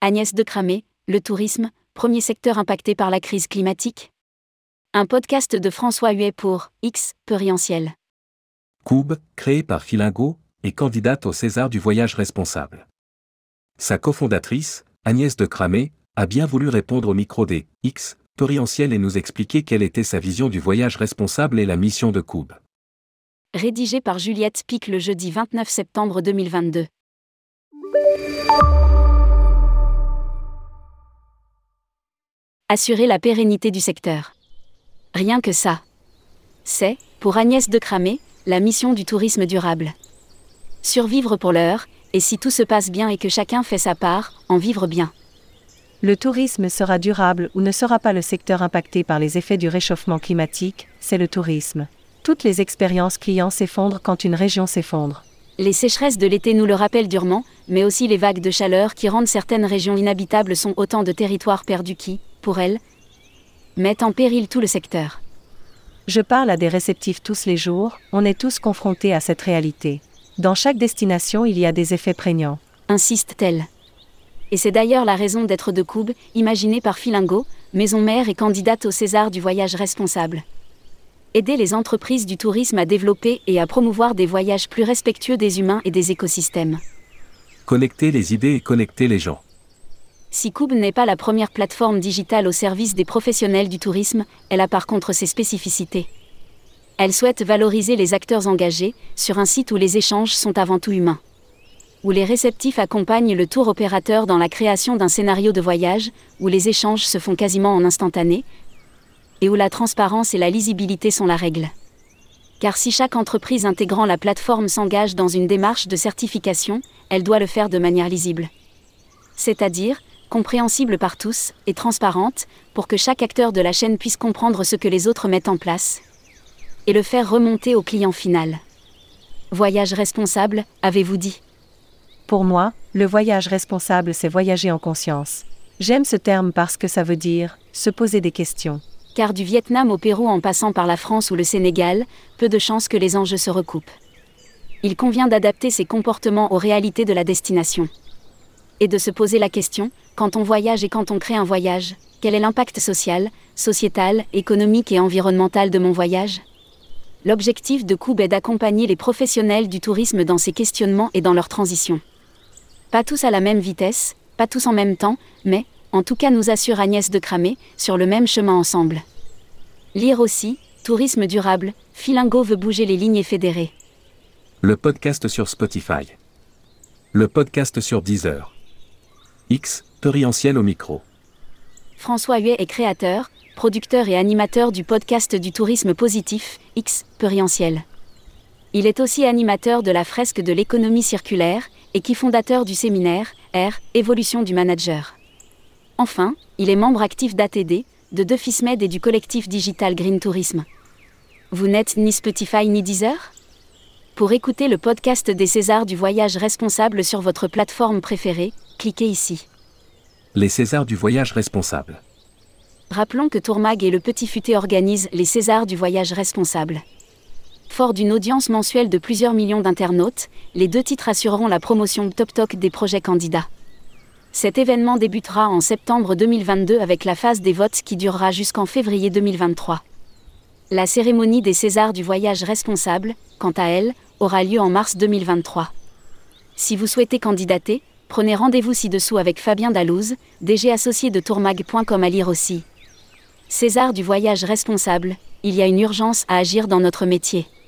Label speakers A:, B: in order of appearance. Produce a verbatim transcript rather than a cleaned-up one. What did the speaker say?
A: Agnès Decramé, le tourisme, premier secteur impacté par la crise climatique. Un podcast de François Huet pour X, Perientiel.
B: Coob, créée par Filingo, est candidate au César du voyage responsable. Sa cofondatrice, Agnès Decramé, a bien voulu répondre au micro des X, Perientiel et nous expliquer quelle était sa vision du voyage responsable et la mission de Coob.
A: Rédigé par Juliette Pic le jeudi vingt-neuf septembre deux mille vingt-deux. Assurer la pérennité du secteur. Rien que ça. C'est, pour Agnès Decramé, la mission du tourisme durable. Survivre pour l'heure, et si tout se passe bien et que chacun fait sa part, en vivre bien.
C: Le tourisme sera durable ou ne sera pas le secteur impacté par les effets du réchauffement climatique, c'est le tourisme. Toutes les expériences clients s'effondrent quand une région s'effondre.
A: Les sécheresses de l'été nous le rappellent durement, mais aussi les vagues de chaleur qui rendent certaines régions inhabitables sont autant de territoires perdus qui, pour elles, mettent en péril tout le secteur.
C: Je parle à des réceptifs tous les jours, on est tous confrontés à cette réalité. Dans chaque destination il y a des effets prégnants.
A: Insiste-t-elle. Et c'est d'ailleurs la raison d'être de Coob, imaginée par Filingo, maison mère et candidate au César du voyage responsable. Aider les entreprises du tourisme à développer et à promouvoir des voyages plus respectueux des humains et des écosystèmes.
B: Connecter les idées et connecter les gens.
A: Si Coob n'est pas la première plateforme digitale au service des professionnels du tourisme, elle a par contre ses spécificités. Elle souhaite valoriser les acteurs engagés, sur un site où les échanges sont avant tout humains. Où les réceptifs accompagnent le tour opérateur dans la création d'un scénario de voyage, où les échanges se font quasiment en instantané, et où la transparence et la lisibilité sont la règle. Car si chaque entreprise intégrant la plateforme s'engage dans une démarche de certification, elle doit le faire de manière lisible. C'est-à-dire, compréhensible par tous, et transparente, pour que chaque acteur de la chaîne puisse comprendre ce que les autres mettent en place, et le faire remonter au client final. Voyage responsable, avez-vous dit ?
C: Pour moi, le voyage responsable c'est voyager en conscience. J'aime ce terme parce que ça veut dire se poser des questions.
A: Car du Vietnam au Pérou en passant par la France ou le Sénégal, peu de chances que les enjeux se recoupent. Il convient d'adapter ses comportements aux réalités de la destination. Et de se poser la question, quand on voyage et quand on crée un voyage, quel est l'impact social, sociétal, économique et environnemental de mon voyage ? L'objectif de Coob est d'accompagner les professionnels du tourisme dans ces questionnements et dans leur transition. Pas tous à la même vitesse, pas tous en même temps, mais, en tout cas nous assure Agnès Decramé, sur le même chemin ensemble. Lire aussi, tourisme durable, Filingo veut bouger les lignes et fédérer.
B: Le podcast sur Spotify. Le podcast sur Deezer. X, Perientiel au micro.
A: François Huet est créateur, producteur et animateur du podcast du tourisme positif, X, Perientiel. Il est aussi animateur de la fresque de l'économie circulaire, et qui fondateur du séminaire, R, Évolution du manager. Enfin, il est membre actif d'A T D, de DeFismed et du collectif digital Green Tourisme. Vous n'êtes ni Spotify ni Deezer ? Pour écouter le podcast des Césars du voyage responsable sur votre plateforme préférée, cliquez ici.
B: Les Césars du voyage responsable.
A: Rappelons que Tourmag et le Petit Futé organisent les Césars du voyage responsable. Fort d'une audience mensuelle de plusieurs millions d'internautes, les deux titres assureront la promotion top-toc des projets candidats. Cet événement débutera en septembre deux mille vingt-deux avec la phase des votes qui durera jusqu'en février deux mille vingt-trois. La cérémonie des Césars du voyage responsable, quant à elle, aura lieu en mars deux mille vingt-trois. Si vous souhaitez candidater, prenez rendez-vous ci-dessous avec Fabien Dallouz, D G associé de tourmag point com à lire aussi. César du voyage responsable, il y a une urgence à agir dans notre métier.